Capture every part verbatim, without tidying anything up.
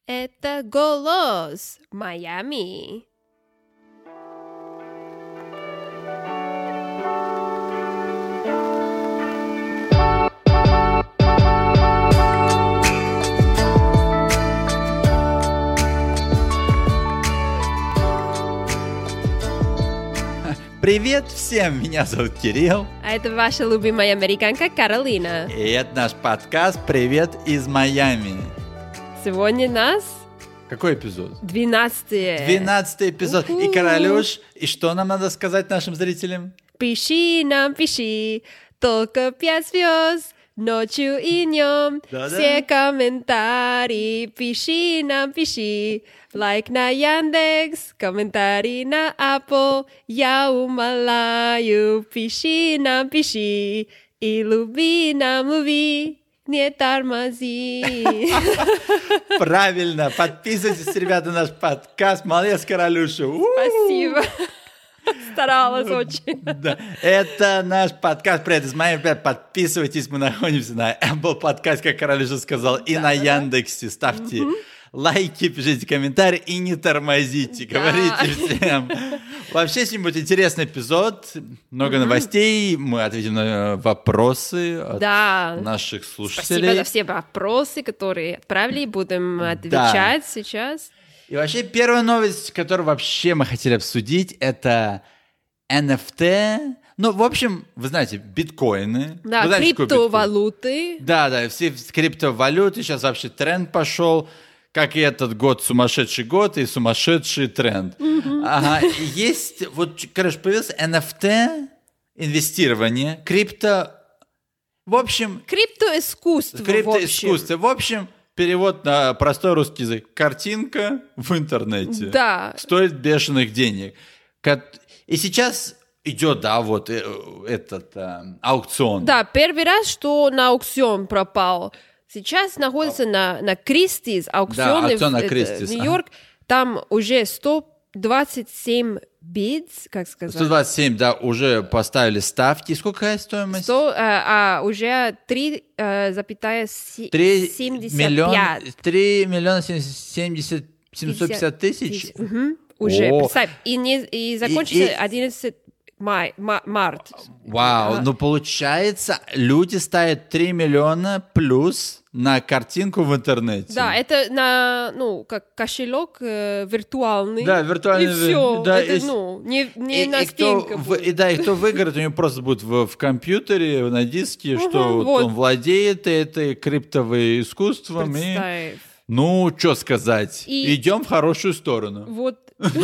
Это голос Майами. Привет всем, меня зовут Кирилл. А это ваша любимая американка Каролина. И это наш подкаст «Привет из Майами». Сегодня нас... Какой эпизод? Двенадцатый. Двенадцатый эпизод. У-ху. И, Королюш, и что нам надо сказать нашим зрителям? Пиши нам, пиши, только пять звезд, ночью и днем. Да-да. Все комментарии, пиши нам, пиши. Лайк на Яндекс, комментарий на Apple. Я умоляю, пиши нам, пиши. И люби нам, люби. Не тормози. Правильно, подписывайтесь, ребята, на наш подкаст. Молодец, Королюша. У-у-у. Спасибо. Старалась очень. Да. Это наш подкаст «Привет из Майами». Ребят, подписывайтесь, мы находимся на Apple Podcast, как Королюша сказал, и да, на да. Яндексе. Ставьте Угу. лайки, пишите комментарии и не тормозите, Да. говорите всем. Вообще, сегодня будет интересный эпизод, много новостей, мы ответим на вопросы от Да. наших Спасибо слушателей. за все вопросы, которые отправили. Будем отвечать сейчас. И вообще, первая новость, которую вообще мы хотели обсудить, это эн эф ти. Ну, в общем, вы знаете, биткоины. Да, Вы знаете, что такое биткоин? криптовалюты. Да, да, все криптовалюты, сейчас вообще тренд пошел, как и этот год, сумасшедший год и сумасшедший тренд. Ага, и есть, вот, короче, появился эн эф ти, инвестирование, крипто, в общем... Криптоискусство, в общем. Криптоискусство, в общем, перевод на простой русский язык. Картинка в интернете. Да. Стоит бешеных денег. Кот- И сейчас идет, да, вот э, этот э, аукцион. Да, первый раз, что на аукцион пропал. Сейчас находится на, на Кристис, аукционы аукцион на в, это, Кристис, в Нью-Йорк. Там уже сто двадцать семь бидс, как сказать? сто двадцать семь, да, уже поставили ставки. Сколько стоимость? сто, а, а уже три запятая три семьдесят миллиона, пять. три миллиона семьдесят, семьсот пятьдесят тысяч. Мгм. Уже, О. представь. И, не, и закончится И- и- одиннадцатого мая, ма- март. Вау, Ага. ну получается, люди ставят три миллиона плюс на картинку в интернете. Да, это на, ну, как кошелек э, виртуальный. Да, виртуальный, И все. да, это, и- ну, не, не И, на и кто, стенке в- будет. и да, и кто выиграет, у него просто будет в, в компьютере, на диске, Ага, что вот вот. он владеет этой криптовым искусством. И, Представь. ну, что сказать, И- идем в хорошую сторону. Вот.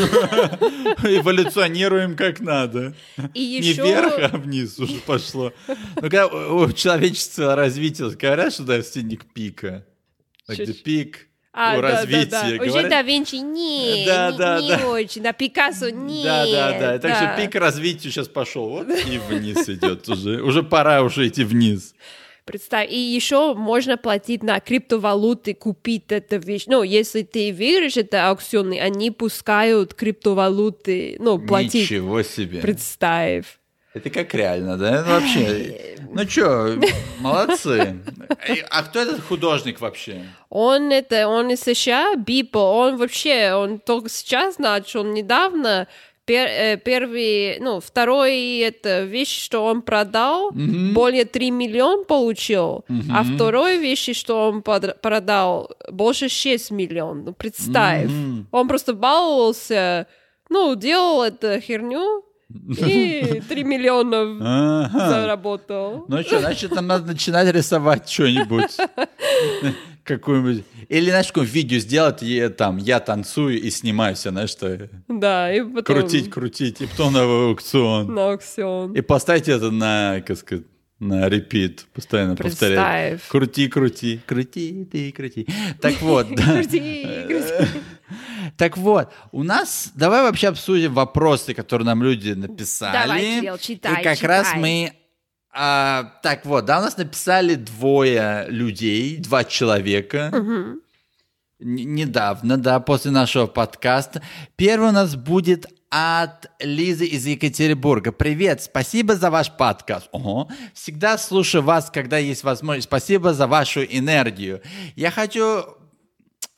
Эволюционируем как надо. И Не еще... вверх, а вниз уже пошло. Ну, когда у у человечества развитие, говорят, что достигнет пика. Like the Чуть- peak А, у да, да, развития. да. Уже говорят. да Винчи не, Да, не, да, не да. очень. Да, Пикассо не. Да, да, да. Так что пик развития сейчас пошел. Вот и вниз идет уже. Уже пора уже идти вниз. Представь, и еще можно платить на криптовалюты, купить эту вещь. Ну, если ты веришь, это аукционы, они пускают криптовалюты, ну, платить. Ничего себе. Представь. Это как реально, да? Ну, вообще. Ну что, молодцы. А кто этот художник вообще? Он это, он из США, Бипо, он вообще, он только сейчас начал, он недавно пер, э, первый, ну, второй это вещь, что он продал, более три миллиона получил, а второй вещи, что он под- продал, больше шесть миллионов. Ну, представь, он просто баловался, ну, делал эту херню и три миллиона Ага. заработал. Ну что, значит, нам надо начинать рисовать что-нибудь. Какую-нибудь. Или, знаешь, какое видео сделать, и там, я танцую и снимаюсь, знаешь, что Да, и потом крутить, крутить, и потом на аукцион. на аукцион. И поставить это на, как сказать, на репит, постоянно повторять. Представь. Крути, крути, крути, ты крути. Так вот, да. Крути, крути. Так вот, у нас, давай вообще обсудим вопросы, которые нам люди написали. Давай, Кирилл, читай, И как читай. раз мы, а, так вот, да, у нас написали двое людей, два человека. Н- недавно, да, после нашего подкаста. Первый у нас будет от Лизы из Екатеринбурга. Привет, спасибо за ваш подкаст. Ого. Всегда слушаю вас, когда есть возможность. Спасибо за вашу энергию. Я хочу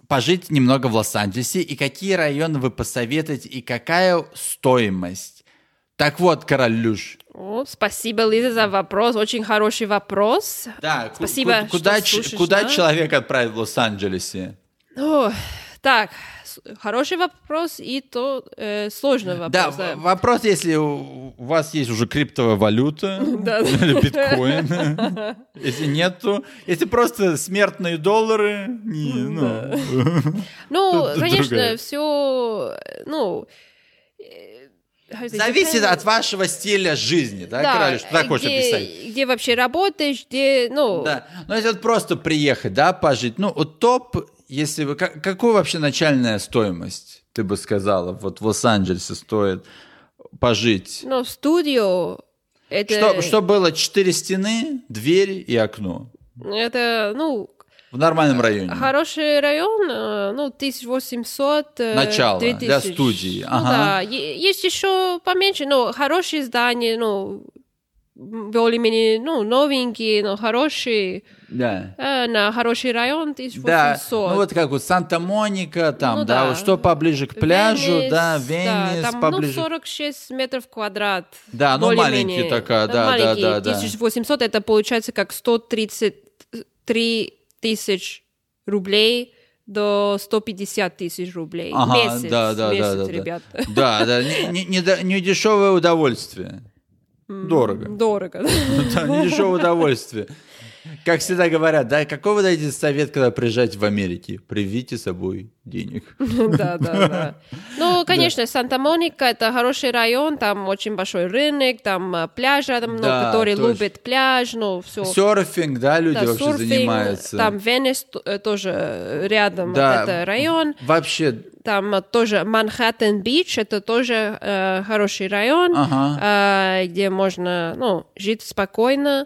пожить немного в Лос-Анджелесе, и какие районы вы посоветуете, и какая стоимость? Так вот, Королюш. О, спасибо, Лиза, за вопрос. Очень хороший вопрос. Да, спасибо, ку- куда, что слушаешь, куда да? человек отправит в Лос-Анджелесе? О, так, хороший вопрос и то э, сложный вопрос. Да, да. вопрос, если у вас есть уже криптовая валюта или биткоин, если нету, если просто смертные доллары, не, ну... Ну, Тут конечно, другая. все, ну... Зависит от вашего стиля жизни, да, Королюш? Что так хочешь где, описать? где вообще работаешь, где, ну... Да, ну если вот просто приехать, да, пожить, ну, вот топ, если вы... Как, какую вообще начальная стоимость, ты бы сказала, вот в Лос-Анджелесе стоит пожить? Ну, студио... Это, Что, что было? Четыре стены, дверь и окно. это, ну... В нормальном районе. Хороший район, э, ну, тысяча восемьсот... э, Начало, две тысячи. для студии. Ну, Ага. да, е- есть еще поменьше, но хорошие здания, ну, более-менее, ну, новенькие, но хорошие, Да. э, на хороший район тысяча Да, восемьсот. ну вот как вот Санта-Моника, там, Ну да, да. вот что поближе к пляжу, Венес, да, да, Венес, там, поближе. ну, сорок шесть метров квадрат. Да, ну, более-менее. маленький такая, да, маленький. да, да, да. тысяча восемьсот это получается как сто тридцать три тысяч рублей до сто пятьдесят тысяч рублей. Ага, месяц, да, да, месяц, да, да, да. ребята. Да, да, не, не, не, до- не дешевое удовольствие. Дорого. Дорого. Да, не дешевое удовольствие. Как всегда говорят, да, какой вы дадите совет, когда приезжаете в Америке? Привезите с собой денег. Да, да, да. Ну, конечно, Санта-Моника — это хороший район, там очень большой рынок, там э, пляж рядом, ну, Да, который точно. любит пляж, ну, все. Серфинг, да, люди Да, вообще сурфинг, занимаются. там Венес т- э, тоже рядом, Да. вот это район. Вообще, Там э, тоже Манхэттен-Бич, это тоже э, хороший район, Ага. э, где можно, ну, жить спокойно.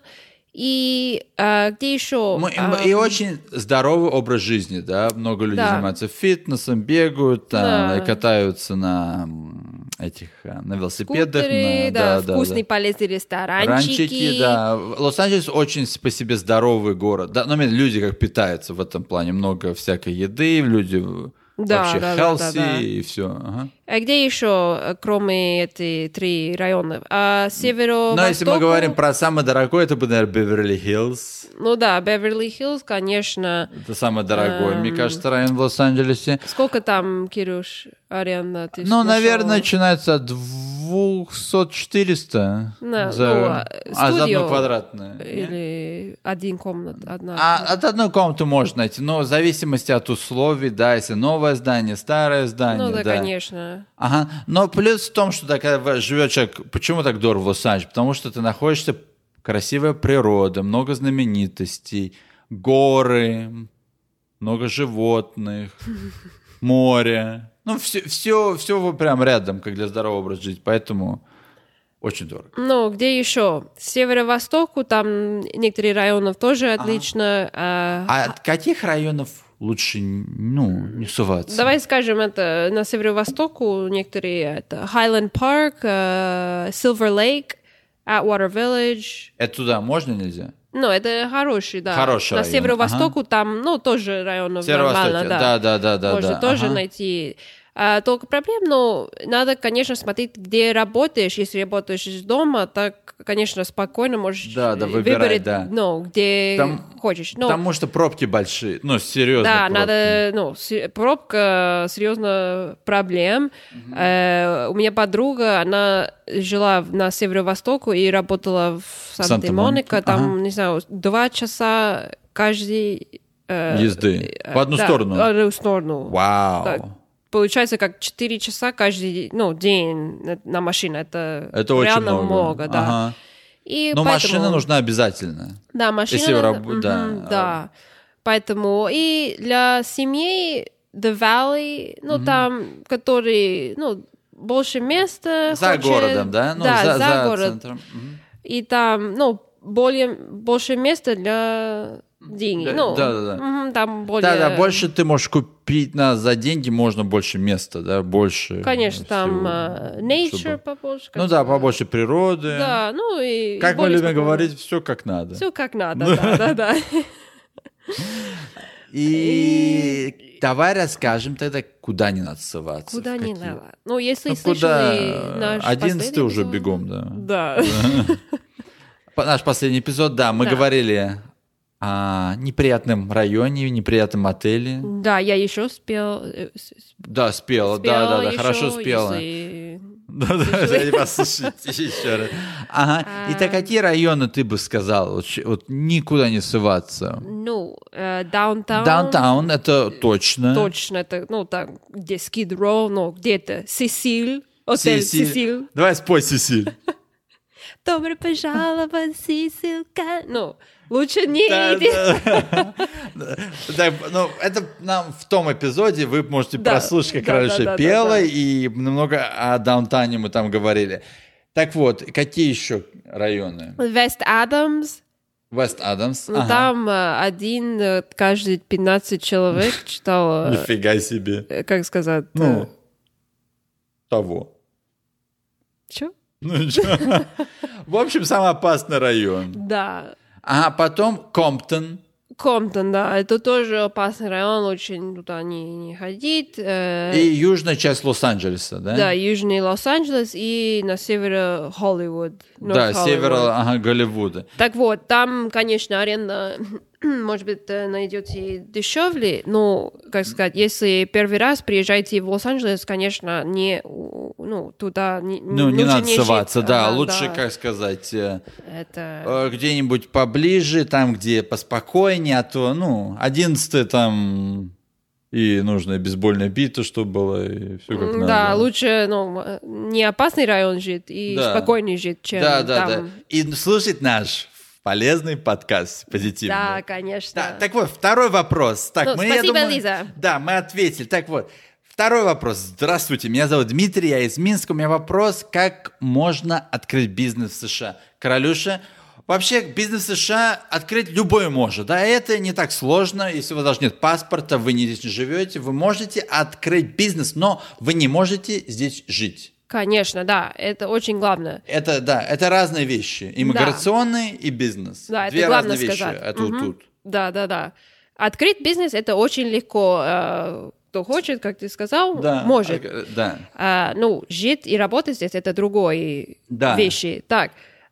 И э, где еще? мы- А, и очень здоровый образ жизни, да, много людей Да. занимаются фитнесом, бегают, там, Да. и катаются на м, этих, а, на велосипедах. скутеры, на- да, да, вкусные да. полезные ресторанчики. Ранчики, да. Лос-Анджелес очень с- по себе здоровый город. Да, ну, именно люди как питаются в этом плане. Много всякой еды, люди Да, вообще да, да, healthy да, да. и все. Ага. А где еще, э, кроме этих три района? А северо-востоку? Но если мы говорим про самый дорогой, это будет, наверное, Беверли-Хиллз. Ну да, Беверли-Хиллз, конечно. Это самый дорогой, мне Эм. кажется, район в Лос-Анджелесе. Сколько там, Кирюш, аренда? Ты Ну, нашел? наверное, начинается от двухсот-четыреста Да, за... ну, а, а за студио одну квадратную. нет? Или один комнат, одна. А от одной комнаты можно найти, но в зависимости от условий, да, если новое здание, старое здание, Ну да, да. конечно. Ага. Но плюс в том, что да, когда живет человек, почему так дорого в Лос-Анджелесе? Потому что ты находишься, красивая природа, много знаменитостей, горы, много животных, море. Ну, все, все, все прям рядом, как для здорового образа жизни, поэтому очень дорого. Ну, где еще? С северо-востоку, там некоторые районы тоже отлично. а, А от каких районов лучше, ну, не суваться? Давай скажем, это на северо-востоку некоторые, это Highland Park, э, Silver Lake, Atwater Village. Это туда можно, нельзя? Ну, это хороший, да. Хороший на район, северо-востоку там, ну, тоже районов Северо-востоке, нормально, да, да, да, да. Можно да, тоже ага. найти. А, только проблем, ну, надо, конечно, смотреть, где работаешь. Если работаешь из дома, так, конечно, спокойно можешь Да, да, выбирай, выбрать, да. ну, где Там- хочешь. Но, Потому что пробки большие, ну, серьезно. да, надо, ну, с- пробка, серьезно, проблем. Э, у меня подруга, она жила в- на северо-востоку и работала в Санта-Моника, Санта-Моника. Там, ага. не знаю, два часа каждый... э, Езды. э, В одну да, сторону? в одну сторону. Вау. Так. Получается, как четыре часа каждый, ну, день на, на машине. Это, Это очень реально много. много, да. Ага. И Но поэтому- машина нужна обязательно. Да, машина. если вы раб- мгм, да. да. Поэтому и для семей The Valley, ну, там, который, ну, больше места За хочет. городом, да? Ну, да, за, за, за город. центром. Мгм. И там, ну, более, больше места для денег. Да, ну, да, да, да. мгм, там более... Да, да, больше ты можешь купить на, за деньги, можно больше места, да, больше. Конечно, там всего, э, nature чтобы- побольше. Ну да, побольше природы. Да, ну и... Как мы более любим спокойно. говорить, все как надо. Все как надо, да, да, да. И, и давай расскажем тогда, куда не надо ссываться. Куда не надо. Ну, если ну, слышали куда... наш одиннадцатый уже эпизод... бегом, да. Да. Наш последний эпизод, да, мы да. говорили о неприятном районе, неприятном отеле. Да, я еще спел. Да, спела, да, да, да, хорошо спела. Если... Да, да, послушайте еще раз. Ага. А... Итак, какие районы ты бы сказал, вот, вот никуда не ссываться? Ну, даунтаун. Даунтаун, это точно. Точно, это, ну, там, где Skid Row, ну, где-то Сесиль, отель Сесиль. Сесиль. Давай спой, Сесиль. Добро пожаловать, Сесилька. Ну, лучше не Да, иди. да. Да, ну, это нам в том эпизоде вы можете Да, прослушать, как да, раньше да, да, пела, да, да. и немного о даунтауне мы там говорили. Так вот, какие еще районы? Вест Адамс. Вест Адамс. Ну, там э, один, э, каждый пятнадцать человек читал... э, Нифига себе. э, Как сказать? Ну, э, того. Чё? Ну, чё? В общем, самый опасный район. Да. А потом Комптон. Комптон, да, это тоже опасный район, лучше туда не, не ходить. э, И южная часть Лос-Анджелеса, да? Да, южный Лос-Анджелес и на севере Холливуд. Да, North север Hollywood. ага, Голливуда. Так вот, там, конечно, аренда, может быть, э, найдете дешевле, но, как сказать, если первый раз приезжаете в Лос-Анджелес, конечно, не, у- ну, туда не, Ну, не лучше надо ссываться, жить. да, Ага, лучше, да. как сказать, э, Это... э, где-нибудь поближе, там, где поспокойнее, а то, ну, одиннадцатое там и нужно бейсбольная бита, чтобы было, и все как надо. Да, лучше, ну, не опасный район жить и Да. спокойнее жить, чем Да, да, там. да. И слушать наш полезный подкаст позитивный. Да, конечно. Да, так вот, второй вопрос. Так, Ну, мы, я спасибо, думаю, Лиза. Да, мы ответили. Так вот, второй вопрос. Здравствуйте, меня зовут Дмитрий, я из Минска. У меня вопрос, как можно открыть бизнес в США? Королюша, вообще бизнес в США открыть любой может. Да, это не так сложно. Если у вас даже нет паспорта, вы не здесь не живете, вы можете открыть бизнес, но вы не можете здесь жить. Конечно, да, это очень главное. Это, да, это разные вещи. Иммиграционный и бизнес. Да, это Две главное разные вещи. сказать. Это вот Мгм. тут. Да, да, да. Открыть бизнес это очень легко. э, Кто хочет, как ты сказал, Да. может. э, Да. А, ну, жить и работать здесь это другое Да. вещи. Так.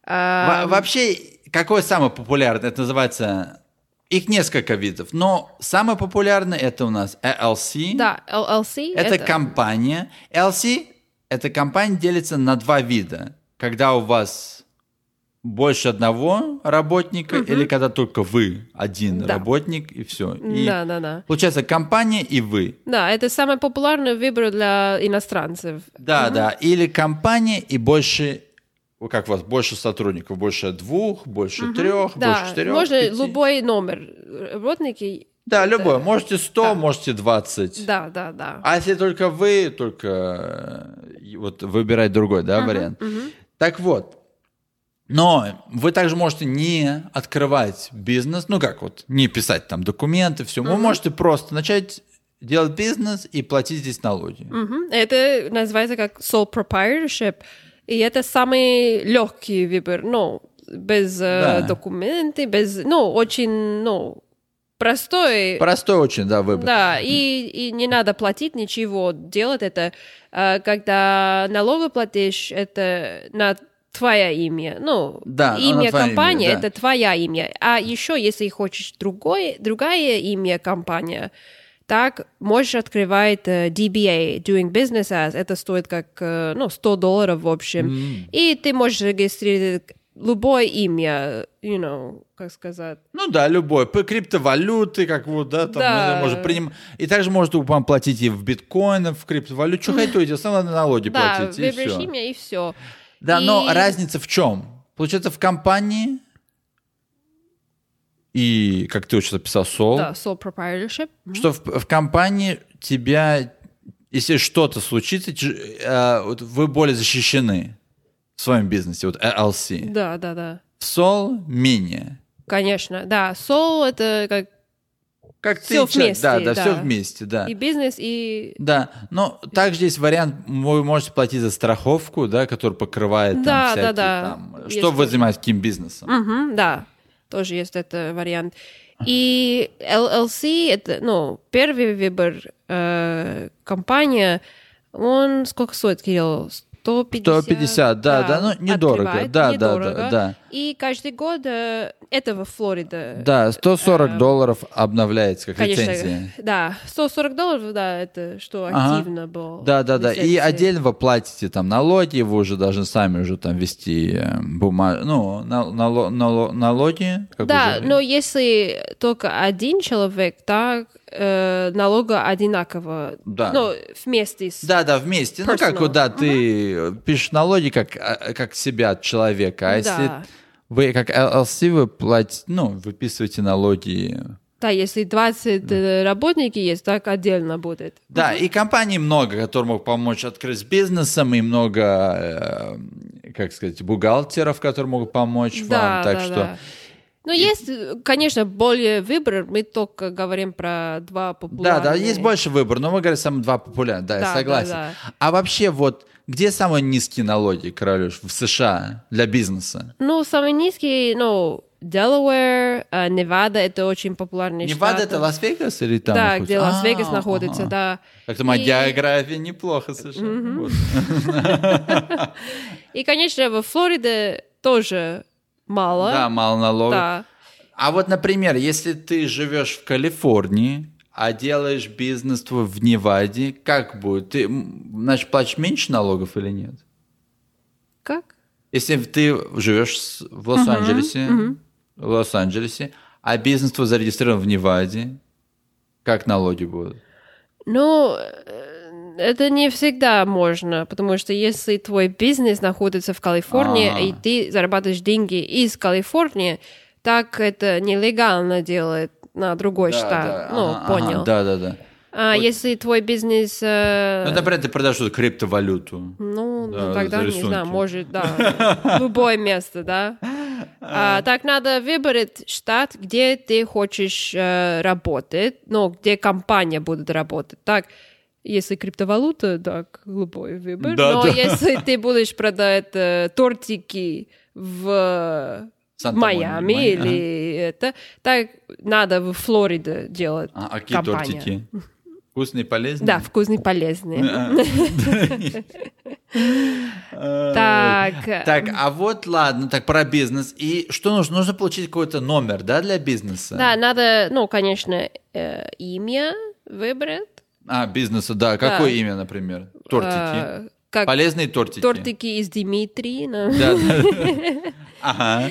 а, Во- Вообще, какой самый популярный? Это называется... Их несколько видов, но самый популярный это у нас эл эл си. Да, эл эл си. Это, компания. эл эл си – эта компания делится на два вида. Когда у вас больше одного работника или когда только вы один Да. работник и все. И Да, да, да. получается компания и вы. Да, это самый популярный выбор для иностранцев. Да, да. Или компания и больше, ну, как у вас, больше сотрудников, больше двух, больше трех, Да, больше четырех. можно пяти. любой номер работники. Да, это- любой. Можете сто, Да. можете двадцать. Да, да, да. А если только вы, только э, вот выбирать другой, да, вариант. Так вот. Но вы также можете не открывать бизнес, ну как вот, не писать там документы, все. Вы можете просто начать делать бизнес и платить здесь налоги. Мгм. Это называется как sole proprietorship. И это самый легкий выбор. Ну, без Да. э, документов, без, ну, очень, ну, простой. Простой очень, да, выбор. Да, и, и не надо платить ничего, делать это. А, когда налоги платишь, это на твое имя. Ну, Да, на имя твое компании имя, да. это твое имя. А еще, если хочешь другое, другое имя компания, так можешь открывать э, ди би эй, Doing Business As. Это стоит как, э, ну, сто долларов в общем. И ты можешь регистрировать любое имя, you know, как сказать. Ну да, любой. По криптовалюты, как вот, да, там Да. можно приним... И также можете вам платить и в биткоинах, в криптовалюте, что хотите, основное налоги Да, платить, и выберешь все. имя и все. Да, И- но разница в чем? Получается, в компании и, как ты сейчас описал, сол, Да, sole proprietorship. что в, в компании тебя, если что-то случится, ч- э, вот вы более защищены в своем бизнесе, вот эл эл си. Да, да, да. В сол менее. Конечно, да. Sole это как Как Всё ты, человек, вместе, да, да, да. все вместе, да. и бизнес, и... Да, но также есть вариант, вы можете платить за страховку, да, которая покрывает там Да, всякие да, да. там, Есть что вы тоже. занимаетесь, каким бизнесом. Мгм, да, тоже есть этот вариант. И эл эл си, это, ну, первый выбор э, компания, он сколько стоит, Кирилл? сто пятьдесят, сто пятьдесят, да, да, да, ну, недорого, да, недорого. да, да, да. И каждый год э, это во Флориде. Да, сто сорок э, долларов обновляется как конечно, лицензия. Да, сто сорок долларов, да, это что Ага. активно было. Да, да, да. И лицензия. отдельно вы платите там налоги, вы уже должны сами уже там вести бумагу, ну, на- нало- нало- налоги. Как Да, уже... но если только один человек, так э, налога одинаково. Да. Ну, вместе с... Да, да, вместе. Ну, как Personal. вот, да, ты пишешь налоги как, а, как себя от человека, а если Да. вы как эл эл си, вы платите, ну, выписываете налоги. Да, если двадцать э, работники есть, так отдельно будет. Да, и компаний много, которые могут помочь открыть с бизнесом, и много, э, как сказать, бухгалтеров, которые могут помочь Да, вам. Так да, что... да. Ну, есть, конечно, более выбор. Мы только говорим про два Да, популярных. да, есть больше выбора, но мы говорим самые два популярных, да, я Да, согласен. да, А вообще вот, где самые низкие налоги, Королюш, в США для бизнеса? Ну, самый низкий, ну, Делавэр, э, Невада, это очень популярные Невада штаты. это Лас-Вегас или там? Да, находится? где Лас-Вегас А, находится, ага. да. Как-то моя И- география неплохо, США. Вот. И, конечно, во Флориде тоже мало. Да, мало налогов. Да. А вот, например, если ты живешь в Калифорнии, а делаешь бизнес твой в Неваде, как будет? Ты, м, значит, платишь меньше налогов или нет? Как? Если ты живешь с- в Лос-Анджелесе, в Лос-Анджелесе, а бизнес твой зарегистрирован в Неваде, как налоги будут? Ну, э, это не всегда можно, потому что если твой бизнес находится в Калифорнии, А. и ты зарабатываешь деньги из Калифорнии, так это нелегально делать на другой Да, штат. да, Ну, ага, понял. ага, да, да, да. А если твой бизнес... э, Ну, например, ты продаешь криптовалюту. Ну, Да, ну, тогда, за не рисунки. знаю, может, да, любое место, да. А, так надо выбрать штат, где ты хочешь э, работать, ну, где компания будет работать. Так, если криптовалюта, так, любой выбор. Да, Но да. если ты будешь продавать э, тортики в Санта-Моника, Майами Майами, или это, так надо в Флориде делать А, а какие компания. тортики? Вкусные, полезные? Да, вкусные, полезные. А. Так. Так, а вот ладно, так про бизнес. И что нужно? Нужно получить какой-то номер, да, для бизнеса? Да, надо, ну, конечно, э, имя выбрать. А, бизнеса, да. Какое имя, например? Тортики. Э, как Полезные тортики. тортики из Дмитрия. ну. Да, да. Ага.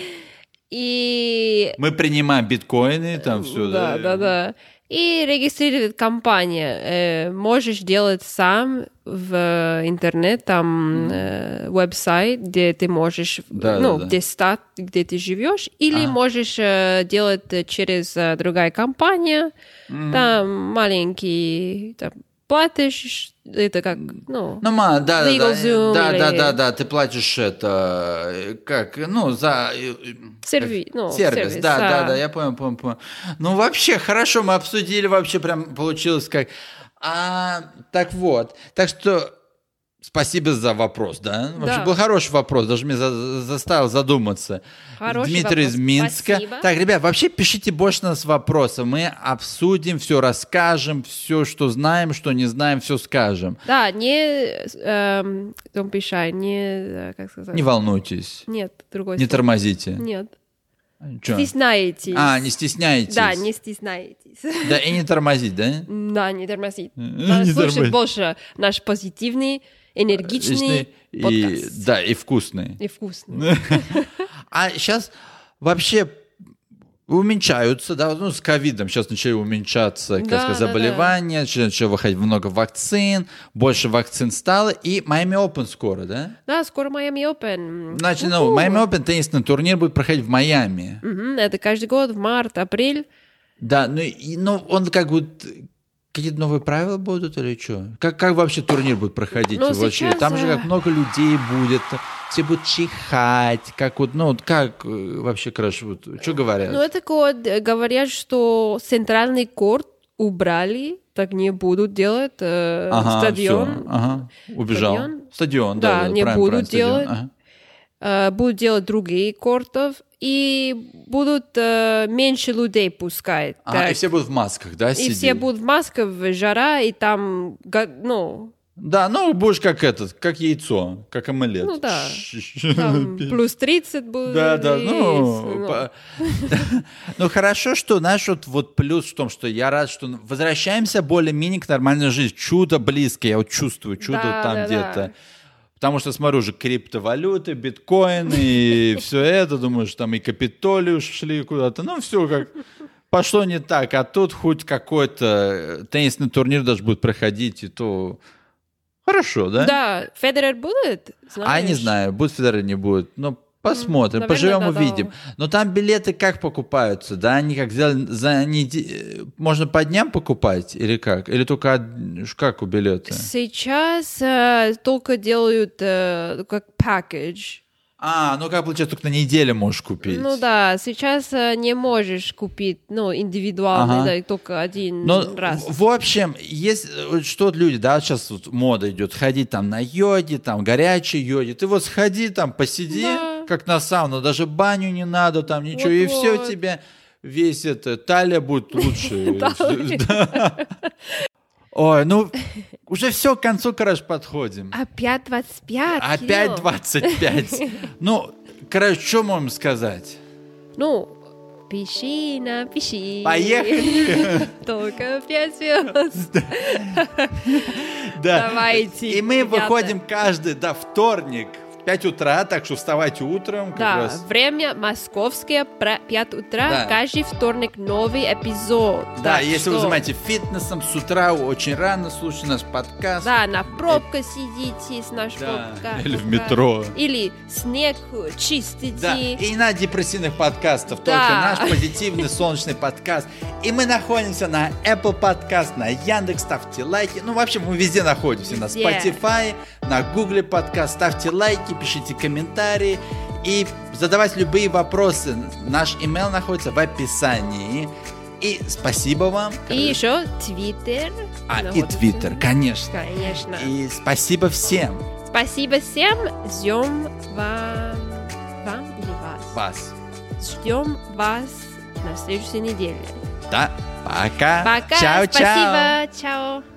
И Мы принимаем биткоины, там все, да, да, да. И регистрировать компанию. Э, можешь делать сам в интернет, там э, веб-сайт, где ты можешь, Да, ну, да, да. где стат, где ты живешь, или Ага. можешь э, делать э, через э, другая компания, там маленький, там, платишь, это как, ну, Ну, ма, да, да, да, LegalZoom да, да, или- да, да, ты платишь это, э, как, ну, за... э, э, Серви- ну, сервис, сервис, да, да, да. да, я понял, понял, понял. Ну, вообще, хорошо, мы обсудили, вообще прям получилось как... А, так вот, так что спасибо за вопрос, да? Вообще Да. был хороший вопрос, даже меня за- заставил задуматься. Хороший Дмитрий вопрос, из Минска. спасибо. Так, ребят, вообще пишите больше нас вопросов, мы обсудим, все расскажем, все, что знаем, что не знаем, все скажем. Да, не, эм, don't be shy, не, э, как сказать? Не волнуйтесь, Нет, другой не слово. тормозите. Нет. Чё? Стесняетесь. А, не стесняйтесь. Да, не стесняйтесь. Да, и не тормозить, да? Да, не тормозить. Не Надо слушать тормозить. больше наш позитивный, энергичный И, подкаст. да, и вкусный. И вкусный. А сейчас вообще уменьшаются, да, ну, с ковидом сейчас начали уменьшаться, как Да, сказать, да, заболевания, начали начали выходить много вакцин, больше вакцин стало, и Miami Open скоро, да? Да, скоро Miami Open. Значит, ну, Miami Open теннисный турнир будет проходить в Майами. Мгм, это каждый год в март, апрель. Да, ну, и, ну он как бы... Какие-то новые правила будут или что? Как, как вообще турнир будет проходить? Ну, вообще? сейчас, Там же э, как много людей будет, все будут чихать, как вот, ну, вот как э, вообще, короче, вот, что говорят? Ну, это год э, говорят, что центральный корт убрали, так не будут делать э, Ага, стадион. всё, ага, убежал. Стадион? Стадион, да, Да, да, не правильно, будут правильно, стадион, делать. ага. э, будут делать другие кортов, и будут э, меньше людей пускать. Ага, и все будут в масках, да, И сидеть? все будут в масках, в жара, и там, ну... Да, ну, будешь как этот, как яйцо, как омлет. Ну да, там плюс тридцать будет. Да, да, и- ну, ну. по- ну хорошо, что, знаешь, вот, вот плюс в том, что я рад, что возвращаемся более-менее к нормальной жизни. Чудо близко, я вот чувствую, чудо Да, там да, где-то. да. Потому что смотрю уже криптовалюты, биткоин и все это, думаешь, там и Капитолий ушли куда-то. Ну, все как пошло не так. А тут хоть какой-то теннисный турнир даже будет проходить, и то хорошо, да? Да, Федерер будет? А не знаешь? знаю, будет Федерер, не будет. Ну, посмотрим, наверное, поживем, да, да. увидим. Но там билеты как покупаются, да? Они как сделали за неделю... Можно по дням покупать или как? Или только од- как у билета? Сейчас э, только делают э, как package. А, ну как получается, только на неделю можешь купить. Ну да, сейчас э, не можешь купить, ну, индивидуально, Ага. да, и только один Но, раз. в, в общем, есть, вот что вот люди, да, сейчас вот мода идет, ходить там на йоде, там горячей йоде. Ты вот сходи там, посиди, Да. как на сауну, даже баню не надо, там ничего, и все Вот-вот. тебе, весь это, талия будет лучше. Да. Ой, ну, уже все к концу, короче, подходим. Опять двадцать пять. Опять Кирилл. двадцать пять. Ну, короче, что можем сказать? Ну, пиши, напиши. Поехали! Только пять звезд. Да. Давайте, И мы ребята. выходим каждый, да, вторник в пять утра, так что вставайте утром. Как Да, раз. время московское, про пять утра, Да. каждый вторник новый эпизод. Да, Так если вы что- занимаетесь фитнесом, с утра очень рано слушайте наш подкаст. Да, на пробке сидите с нашего Да, подкаста. или в метро. Или снег чистите. Да, и на депрессивных подкастов, Да. только наш позитивный солнечный подкаст. И мы находимся на Apple Podcast, на Яндекс, ставьте лайки. Ну, в общем, мы везде находимся. На Везде. Spotify, на Google подкаст. Ставьте лайки, пишите комментарии и задавайте любые вопросы. Наш email находится в описании. И спасибо вам. И еще Твиттер. А, и находится. Твиттер, конечно. Конечно. И спасибо всем Спасибо всем. Ждем вам, вам или вас. вас. Ждем вас на следующей неделе. Да, пока. Пока. Чао, чао. Спасибо. Чао.